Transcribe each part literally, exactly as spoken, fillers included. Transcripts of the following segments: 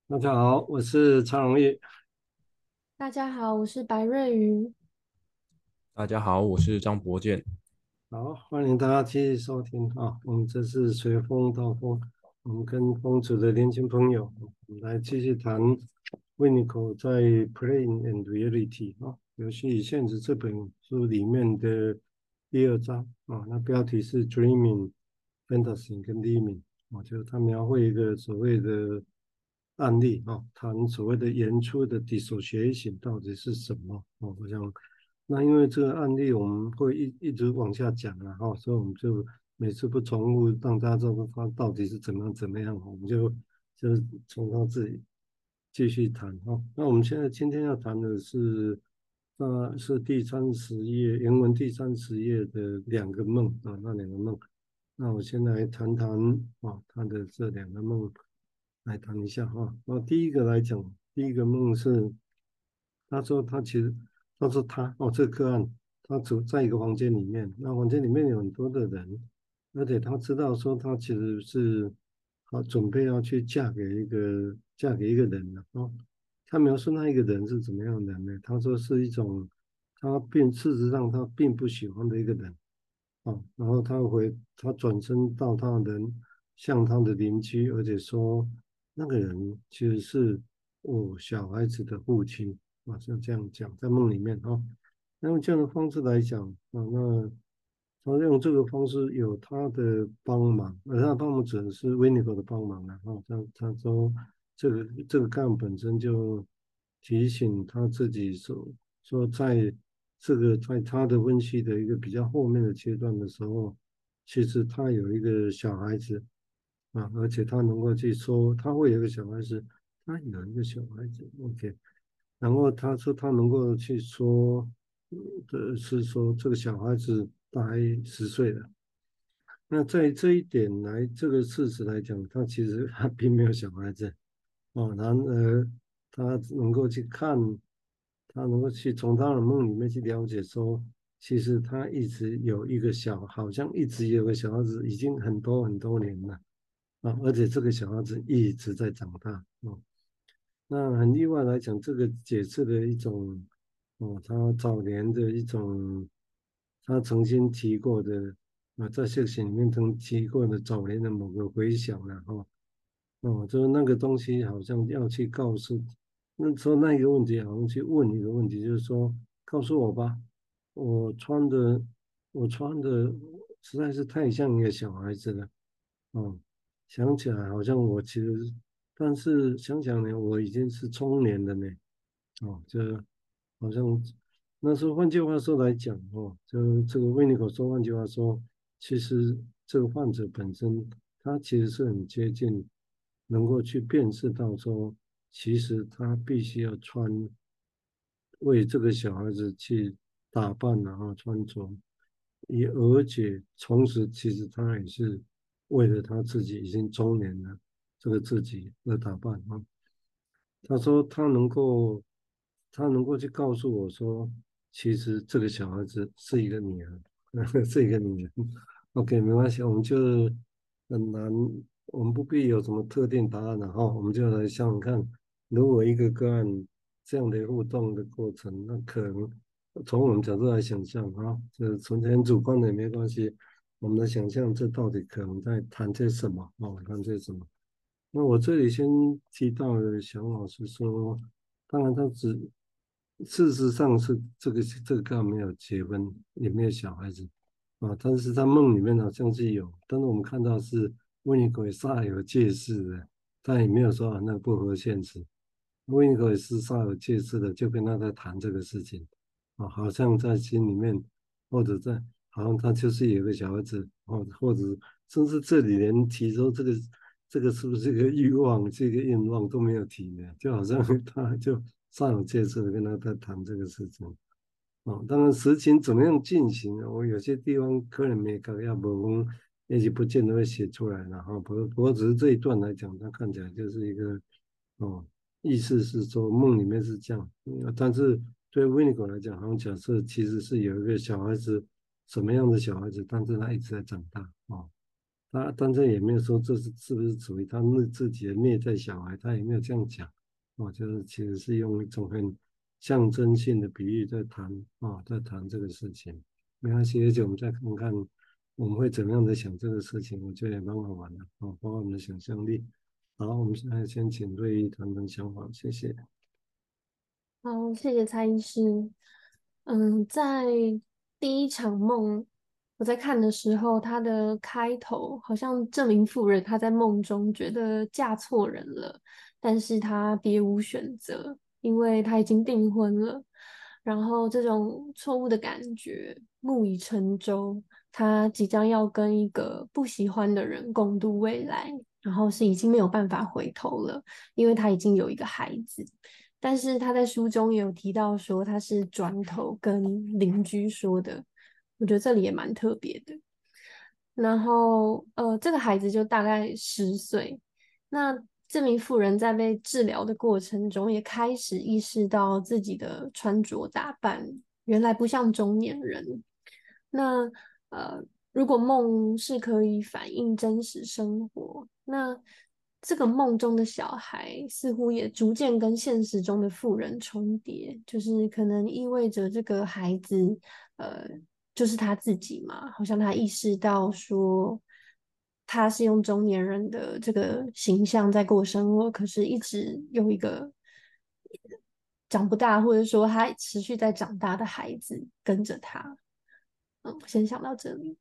大家好，我是常荣义。 大家好，我是白瑞瑜。 大家好，我是张博健。 好，欢迎大家继续收听啊。我们这是随风到风，我们跟风组的年轻朋友，我们来继续谈 Winnicott 在《Playing and Reality》啊，游戏与现实这本书里面的第二章啊。那标题是 Dreaming、Fantasy 跟 Living 啊，就是他描绘一个所谓的案例啊，谈所谓的演出的 dissociation 到底是什么啊？我想。那因为这个案例我们会一一直往下讲啊，哈，所以我们就每次不重复，让大家知道它到底是怎么样怎么样，我们就就从他这里继续谈哈。那我们现在今天要谈的是，那是第三十页原文第三十页的两个梦啊，那两个梦。那我先来谈谈啊，他的这两个梦来谈一下哈。那第一个来讲，第一个梦是。他说他其实，他说他哦，这个个案，他处在一个房间里面，那房间里面有很多的人，而且他知道说他其实是，啊，准备要去嫁给一个嫁给一个人了哦。他描述那一个人是怎么样的呢？他说是一种他并事实上他并不喜欢的一个人哦，然后他回他转身到他的人向他的邻居，而且说那个人其实是我小孩子的父亲。啊，像这样讲，在梦里面啊，那用这样的方式来讲啊，那他用这个方式有他的帮忙，而他的帮忙指的是维尼狗的帮忙啊，啊，他他说这个这个干本身就提醒他自己说说在这个在他的温习的一个比较后面的阶段的时候，其实他有一个小孩子啊，而且他能够去说他会有一个小孩子，他有一个小孩子，OK。然后他说他能够去说，的是说这个小孩子大概十岁了。那在这一点来，这个事实来讲，他其实他并没有小孩子哦。然而他能够去看，他能够去从他的梦里面去了解说，其实他一直有一个小，好像一直有个小孩子，已经很多很多年了啊，而且这个小孩子一直在长大哦。那很意外来讲，这个解释的一种，哦，他早年的一种，他曾经提过的，啊，在这些里面曾提过的早年的某个回想了哈，哦，就是那个东西好像要去告诉，那时候那个问题好像去问一个问题，就是说，告诉我吧，我穿的我穿的实在是太像一个小孩子了，哦，想起来好像我其实但是想想呢，我已经是中年了呢，哦，这好像那时候换句话说来讲，哦，就这个维尼口说，换句话说，其实这个患者本身他其实是很接近，能够去辨识到说，其实他必须要穿为这个小孩子去打扮然后穿着，也而且同时其实他也是为了他自己已经中年了。这个自己而打扮啊。他说他能够，他能够去告诉我说，其实这个小孩子是一个女儿，是一个女人。OK，没关系，我们就很难，我们不必有什么特定答案了哈，我们就来想想看，如果一个个案这样的互动的过程，那可能从我们角度来想象啊，这纯粹很主观的也没关系，我们来想象这到底可能在谈些什么哦，谈些什么。那我这里先提到的想法是说，当然他只事实上是这个这个刚没有结婚，也没有小孩子啊，但是他梦里面好像是有，但是我们看到是温尼鬼煞有介事的，但也没有说啊那个不合现实。温尼鬼是煞有介事的，就跟他在谈这个事情啊，好像在心里面，或者在好像他就是有个小孩子，或或者甚至这里连提出这个这个是不是一个欲望，这个愿望都没有提呢，就好像他就煞有介事的跟他在谈这个事情。哦，当然实情怎么样进行呢？我有些地方可能没搞要不，也许不见得会写出来了哈。不过不过只是这一段来讲，它看起来就是一个哦，意思是说梦里面是这样，嗯但是对维尼狗来讲，好像假设其实是有一个小孩子，什么样的小孩子，但是他一直在长大哦。 他但是也没有说这是是不是属于他内自己的内在小孩，他也没有这样讲。哦，就是其实是用一种很象征性的比喻在谈啊、哦，在谈这个事情。没关系，而且我们再看看我们会怎么样的想这个事情，我觉得也蛮好玩的啊、哦，包括我们的想象力。好，我们现在先请瑞一谈谈想法，谢谢。 好，谢谢蔡医师。嗯，在第一场梦，我在看的时候，它的开头好像这名妇人她在梦中觉得嫁错人了，但是她别无选择，因为她已经订婚了。然后这种错误的感觉，木已成舟，她即将要跟一个不喜欢的人共度未来，然后是已经没有办法回头了，因为她已经有一个孩子。但是他在书中也有提到说他是转头跟邻居说的，我觉得这里也蛮特别的。然后呃，这个孩子就大概十岁，那这名妇人在被治疗的过程中，也开始意识到自己的穿着打扮原来不像中年人。那呃，如果梦是可以反映真实生活，那这个梦中的小孩似乎也逐渐跟现实中的妇人重叠，就是可能意味着这个孩子，呃，就是他自己嘛，好像他意识到说，他是用中年人的这个形象在过生活，可是一直有一个长不大，或者说他持续在长大的孩子跟着他。嗯，我先想到这里。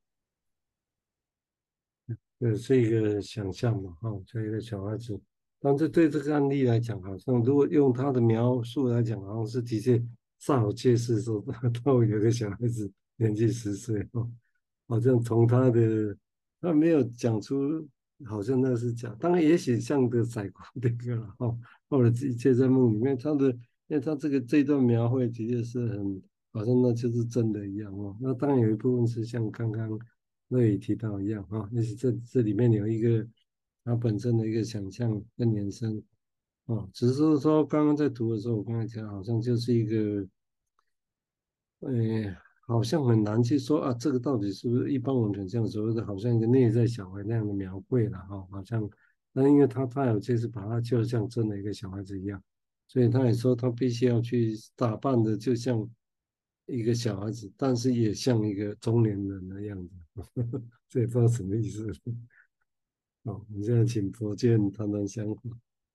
呃，是一个想象嘛，哈、这一个小孩子，但是对这个案例来讲，好像如果用他的描述来讲，好像是的确煞有介事说，到有个小孩子年纪十岁，哦，好像从他的他没有讲出，好像那是假，当然也许像个宰过这个了，哈、哦，或者一切在梦里面，他的，因为他这个这段描绘的确是很，好像那就是真的一样哦，那当然有一部分是像刚刚。乐也提到一样啊，也许这这里面有一个它本身的一个想象跟延伸啊，只是说刚刚在读的时候，我刚才讲好像就是一个，呃，好像很难去说啊，这个到底是不是一般我们想象所谓的，好像一个内在小孩那样的描绘了哈、好像，那因为他他有这次把他就像真的一个小孩子一样，所以他也说他必须要去打扮的就像一个小孩子，但是也像一个中年人的样子。这也不知道什么意思。好，我们现在请佛剑谈谈想法。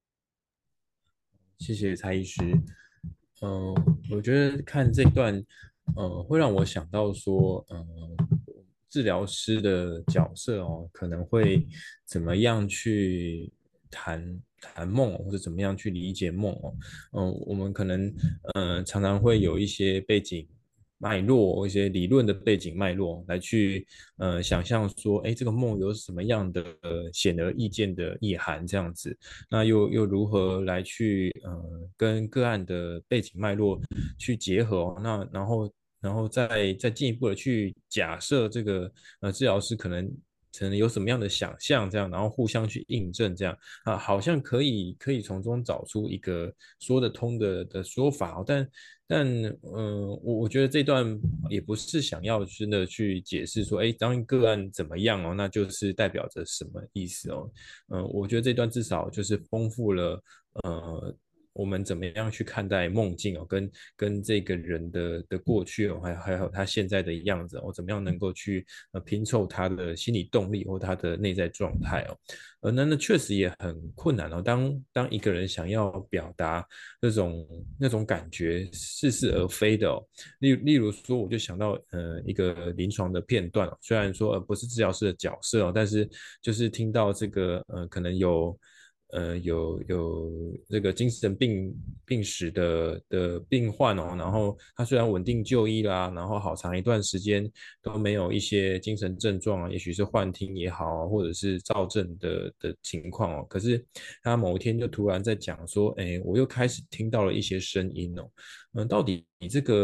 谢谢蔡医师。嗯、我觉得看这段，呃，会让我想到说，呃，治疗师的角色哦，可能会怎么样去谈谈梦哦，或者怎么样去理解梦哦。嗯、我们可能，呃，常常会有一些背景脉络，一些理论的背景脉络来去，呃，想象说，哎，这个梦有什么样的呃显而易见的意涵，这样子。那又又如何来去呃跟个案的背景脉络去结合哦？那然后然后再再进一步的去假设这个呃治疗师可能可能有什么样的想象，这样，然后互相去印证，这样啊，好像可以可以从中找出一个说得通的的说法哦，但但呃，我我觉得这段也不是想要真的去解释说，哎，当个案怎么样哦，那就是代表着什么意思哦。嗯、呃，我觉得这段至少就是丰富了呃我们怎么样去看待梦境哦，跟跟这个人的的过去哦，还还有他现在的样子哦，怎么样能够去呃拼凑他的心理动力或他的内在状态哦，呃，那那确实也很困难哦。当当一个人想要表达那种那种感觉似是而非的哦，例例如说，我就想到呃一个临床的片段哦，虽然说呃不是治疗师的角色哦，但是就是听到这个呃可能有呃有有这个精神病病史的的病患哦，然后他虽然稳定就医啦，然后好长一段时间都没有一些精神症状啊，也许是幻听也好啊，或者是躁症的的情况哦，可是他某一天就突然在讲说，哎，我又开始听到了一些声音哦，嗯、呃到底你这个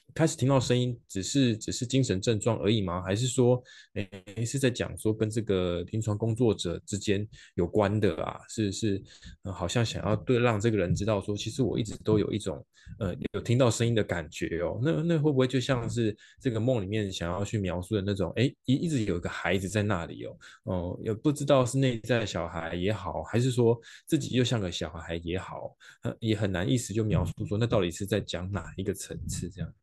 开始听到声音，只是只是精神症状而已吗？还是说，诶，是在讲说跟这个临床工作者之间有关的啊？是是，呃，好像想要对让这个人知道说，其实我一直都有一种呃有听到声音的感觉哦。那那会不会就像是这个梦里面想要去描述的那种，诶，一一直有一个孩子在那里哦，哦，也不知道是内在小孩也好，还是说自己又像个小孩也好，呃也很难一时就描述说那到底是在讲哪一个层次这样。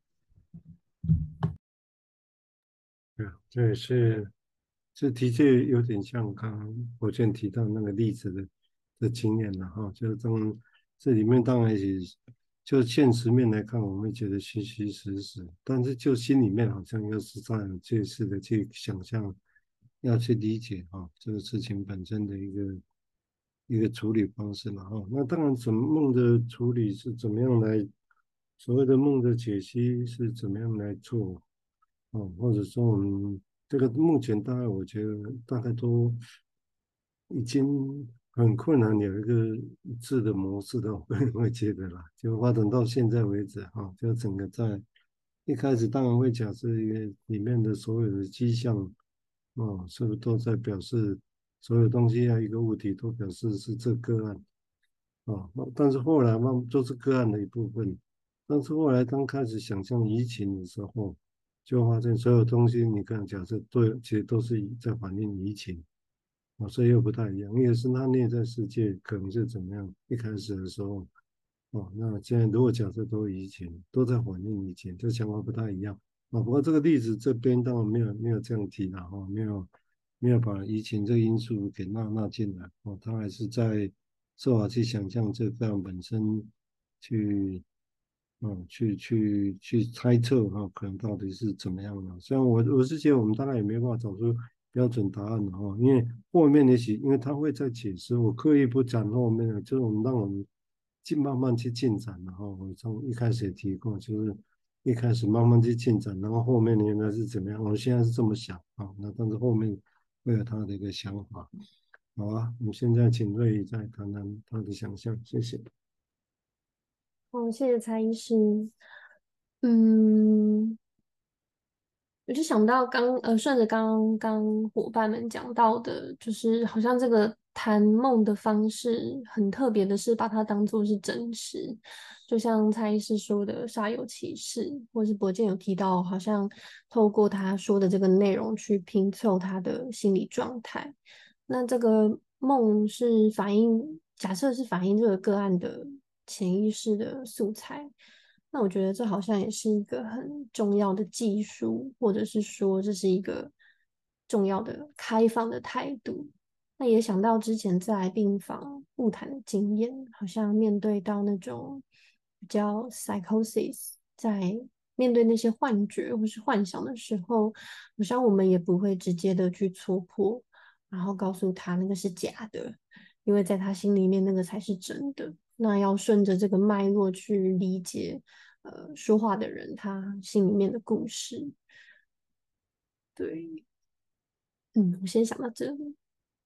对啊，这也是，这的确有点像刚刚我见提到那个例子的的经验了哈，就是当这里面当然也就现实面来看，我们会觉得虚虚实实，但是就心里面好像又是这样借势的去想象，要去理解哈这个事情本身的一个一个处理方式了哈。那当然，怎么梦的处理是怎么样来，所谓的梦的解析是怎么样来做？哦，或者说我们这个目前大概我觉得大概都已经很困难有一个一致的模式的，我个人会觉得啦，就发展到现在为止哈，就整个在一开始当然会假设一个里面的所有的迹象，哦，是不是都在表示所有东西啊一个物体都表示是这个案啊，那但是后来慢都是个案的一部分，但是后来当开始想象移情的时候。就发现所有东西，你看，假设对，其实都是在反映移情啊，所以又不太一样。一个是他内在世界可能是怎么样，一开始的时候，哦，那现在如果假设都移情，都在反映移情，这想法不太一样啊。不过这个例子这边当然没有没有这样提了哈，没有没有把移情这个因素给纳纳进来哦，他还是在设法去想象这个案本身去。嗯，去去去猜测哈、可能到底是怎么样的。虽然我我是觉得我们大概也没办法找出标准答案的哈、因为后面也许因为他会在解释，我刻意不讲后面的，就是我们让我们进慢慢去进展然后我从一开始也提过，就是一开始慢慢去进展，然后后面原来是怎么样，我现在是这么想啊，那但是后面会有他的一个想法。好啊，我们现在请瑞宇再谈谈他的想象，谢谢。 哦，谢谢蔡医师。嗯，我就想到刚呃，顺着刚刚伙伴们讲到的，就是好像这个谈梦的方式很特别的是把它当做是真实，就像蔡医师说的煞有其事，或是博健有提到，好像透过他说的这个内容去拼凑他的心理状态。那这个梦是反映，假设是反映这个个案的潜意识的素材。那我觉得这好像也是一个很重要的技术，或者是说这是一个重要的开放的态度。那也想到之前在病房晤谈的经验，好像面对到那种比较 psychosis，在面对那些幻觉或是幻想的时候，好像我们也不会直接的去戳破，然后告诉他那个是假的，因为在他心里面那个才是真的。那要顺着这个脉络去理解，呃，说话的人他心里面的故事。对，嗯，我先想到这里。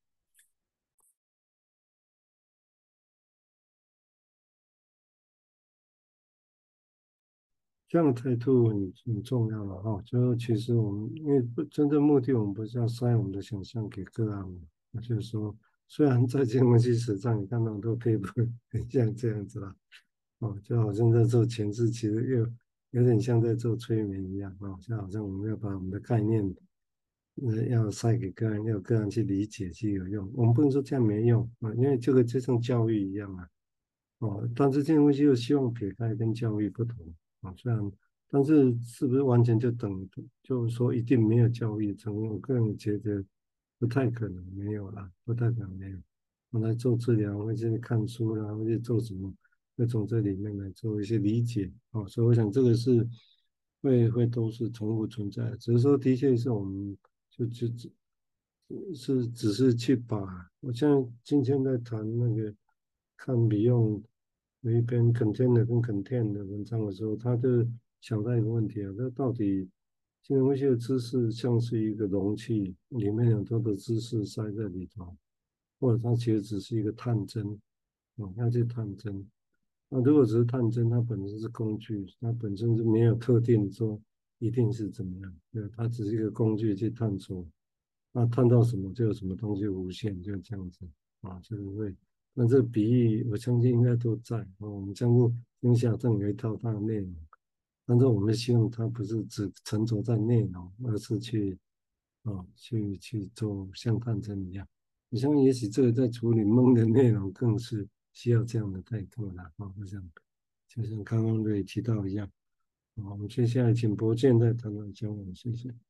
这样的态度很很重要了哈，就其实我们因为不真正目的，我们不是要塞我们的想象给个案嘛，那就是说，虽然在金融系史上你看到很多 paper 很像这样子啦，哦，就好像在做前置，其实又有点像在做催眠一样啊，就好像我们要把我们的概念，呃，要塞给个案，要个案去理解去有用，我们不能说这样没用啊，因为这个就像教育一样啊。哦，但是这种东西又希望撇开跟教育不同啊，虽然，但是是不是完全就等，就是说一定没有教育成功？我个人觉得不太可能没有啦，不太可能没有。我来做治疗，或者是看书啦，或者做什么，会从这里面来做一些理解啊，所以我想这个是会会都是重复存在的，只是说的确是我们就就只是只是去把，我像今天在谈那个看 Beyond 有一篇 container 跟 content 的文章的时候，他就想到一个问题啊，那到底金融分析的知识像是一个容器，里面有很多的知识塞在里头，或者它其实只是一个探针，嗯，要去探针。 啊，如果只是探针，它本身是工具，它本身是没有特定说一定是怎么样，对，它只是一个工具去探索，那探到什么就有什么东西无限，就这样子啊，就是会。那这个比喻我相信应该都在啊，我们相互听下正有一套它的内容，但是我们希望它不是只沉着在内容，而是去啊去去做像探针一样。你像也许这个在处理梦的内容更是需要这样的态度啦啊，我想就像刚刚瑞提到一样，啊，我们接下来请博建再谈谈交往，谢谢。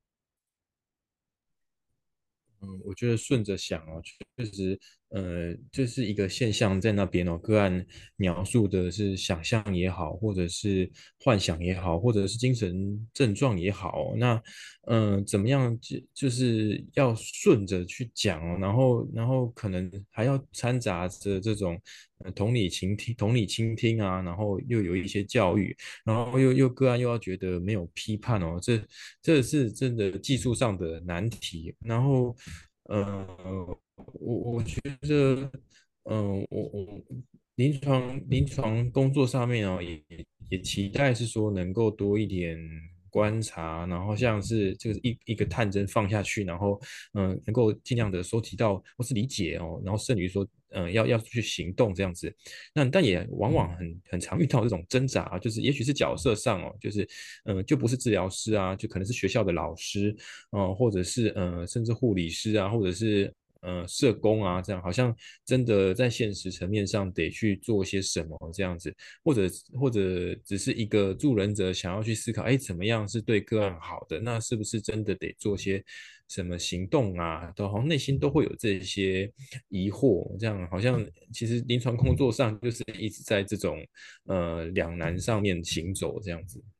嗯，我觉得顺着想哦，确实，呃，就是一个现象在那边哦。个案描述的是想象也好，或者是幻想也好，或者是精神症状也好哦，那，呃，怎么样就就是要顺着去讲哦，然后，然后可能还要掺杂着这种呃同理倾听、同理倾听啊，然后又有一些教育，然后又又个案又要觉得没有批判哦，这这是真的技术上的难题。然后，呃，我我觉得，嗯、我我临床临床工作上面哦，也也期待是说能够多一点观察，然后像是这个一一个探针放下去，然后嗯、呃能够尽量的收集到或是理解哦，然后甚于说嗯、呃要要去行动这样子。那但也往往很很常遇到这种挣扎啊，就是也许是角色上哦，就是嗯、呃就不是治疗师啊，就可能是学校的老师哦、呃或者是呃甚至护理师啊，或者是呃社工啊，这样好像真的在现实层面上得去做些什么这样子，或者或者只是一个助人者想要去思考，哎，怎么样是对个案好的？那是不是真的得做些什么行动啊？都好像内心都会有这些疑惑，这样好像其实临床工作上就是一直在这种呃两难上面行走这样子。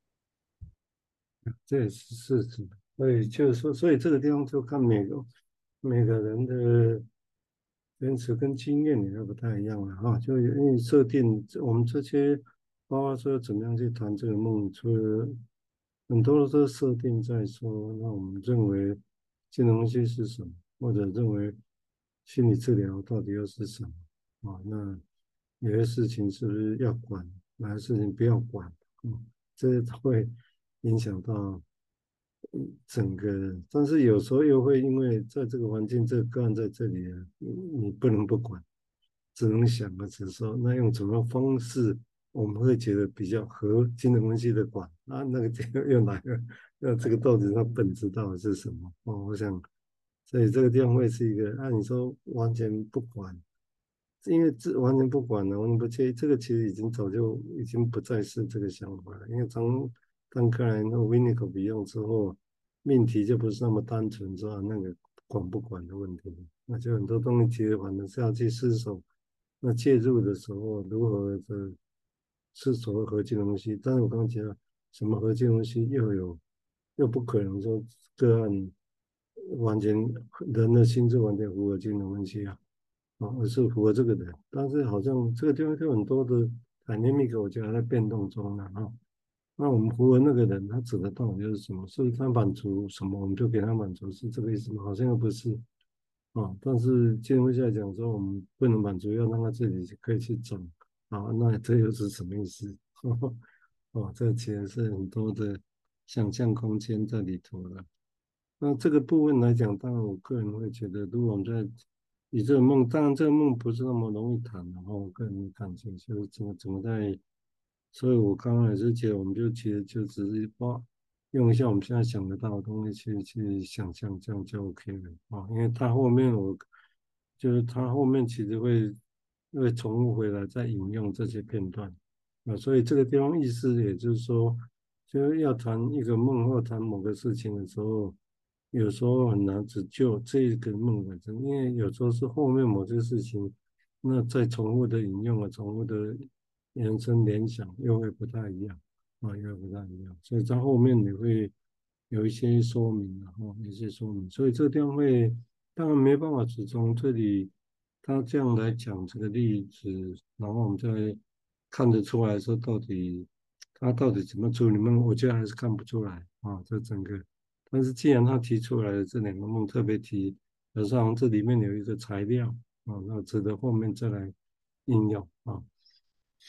这也是事实，所以就是说，所以这个地方就看每个每个人的坚持跟经验也都不太一样了哈。就因为设定我们这些，包括说怎么样去谈这个梦，除了很多都是设定在说，那我们认为金融系是什么，或者认为心理治疗到底又是什么啊？那有些事情是不是要管，哪些事情不要管？嗯，这会影响到嗯整个，但是有时候又会因为在这个环境，这个个案在这里啊，你你不能不管，只能想啊，只是说那用什么方式我们会觉得比较合金融分析的管啊，那个这个又哪个？那这个到底它本质到底是什么？哦，我想，所以这个地方会是一个，按你说完全不管。因为这完全不管了，完全不介意，这个其实已经早就已经不再是这个想法了。因为当当克莱和 w i n n i c o 比用之后，命题就不是那么单纯说那个管不管的问题，那就很多东西其实反正是要去思索，那介入的时候如何的是所谓合金的东西。但是我刚刚提到什么合金东西又有又不可能说个案完全人的心智完全符合金融分析啊。啊，而是符合这个的，但是好像这个地方有很多的 dynamic，我觉得还在变动中呢啊。那我们符合那个人，他指的到底就是什么？是不是他满足什么，我们就给他满足，是这个意思吗？好像又不是啊。但是金融下来讲说，我们不能满足，要让他自己可以去找啊，那这又是什么意思？哦，这其实是很多的想象空间在里头的。那这个部分来讲，当然我个人会觉得，如果我们在以这个梦，当然这个梦不是那么容易谈，然后我个人的感觉就是怎么怎么在，所以我刚刚也是觉得，我们就其实就只是把用一下我们现在想得到的东西去去想象，这样就 OK 了啊。因为它后面我就是它后面其实会会重复回来再引用这些片段啊，所以这个地方意思也就是说，就是要谈一个梦或谈某个事情的时候。有时候很难只就这个梦本身，因为有时候是后面某些事情，那再重复的引用啊，重复的延伸联想又会不太一样啊，又会不太一样，所以在后面你会有一些说明，然后有一些说明，所以这个地方会当然没办法只从这里他这样来讲这个例子，然后我们再看得出来说到底他到底怎么处理梦，我觉得还是看不出来啊，这整个。但是既然他提出来了这两个梦，特别提，表示好像这里面有一个材料啊，那值得后面再来应用啊。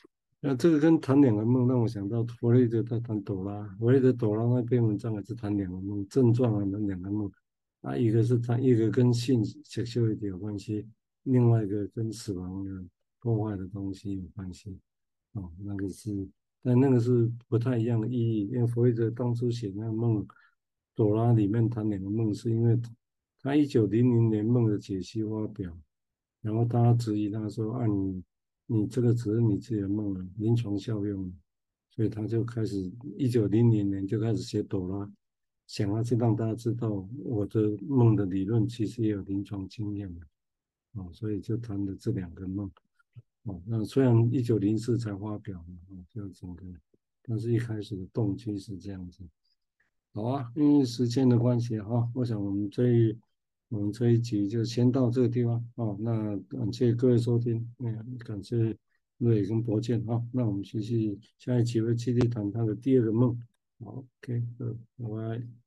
那这个跟谈两个梦让我想到弗雷德在谈朵拉，弗雷德朵拉那篇文章也是谈两个梦，症状啊，那两个梦，啊，一个是谈一个跟性 sexuality 有关系，另外一个跟死亡的破坏的东西有关系。哦，那个是，但那个是不太一样的意义，因为弗雷德当初写那个梦，朵拉里面谈两个梦，是因为他一九零零年梦的解析发表，然后大家质疑他说，啊你你这个只是你自己的梦了，临床效用，所以他就开始一九零零年就开始写朵拉，想要去让大家知道我的梦的理论其实也有临床经验的，哦，所以就谈了这两个梦。哦，那虽然一九零四才发表嘛，哦，就整个，但是一开始的动机是这样子。好啊，因为时间的关系哈，我想我们这一我们这一集就先到这个地方哦。那感谢各位收听，嗯，感谢瑞跟博健哈。那我们继续下一集会继续谈他的第二个梦。好，OK，呃，拜拜。